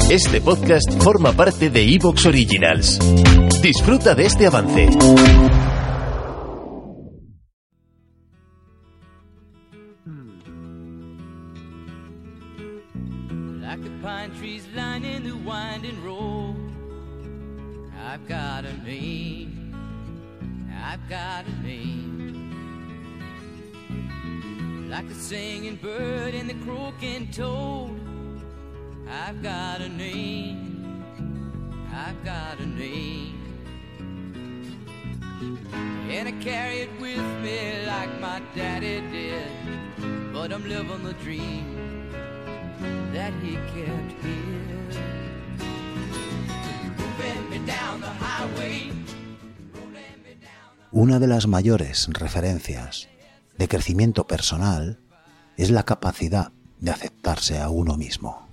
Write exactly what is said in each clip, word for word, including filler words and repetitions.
Este podcast forma parte de iVoox Originals. Disfruta de este avance. Like the pine trees lining the winding road, I've got a name, I've got a name. Like the singing bird and the croaking toad, I've got a name, I've got a name. And I carry it with me like my daddy did, but I'm living the dream that he kept here. Moving me down the highway, rolling me down the... Una de las mayores referencias de crecimiento personal es la capacidad de aceptarse a uno mismo.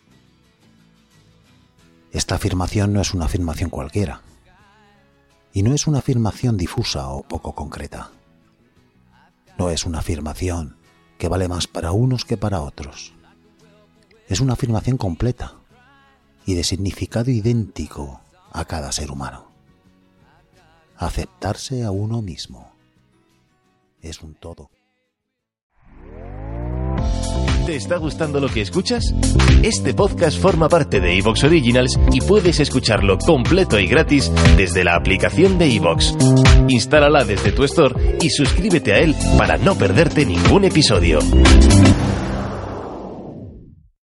Esta afirmación no es una afirmación cualquiera, y no es una afirmación difusa o poco concreta. No es una afirmación que vale más para unos que para otros. Es una afirmación completa y de significado idéntico a cada ser humano. Aceptarse a uno mismo es un todo. ¿Te está gustando lo que escuchas? Este podcast forma parte de iVoox Originals y puedes escucharlo completo y gratis desde la aplicación de iVoox. Instálala desde tu store y suscríbete a él para no perderte ningún episodio.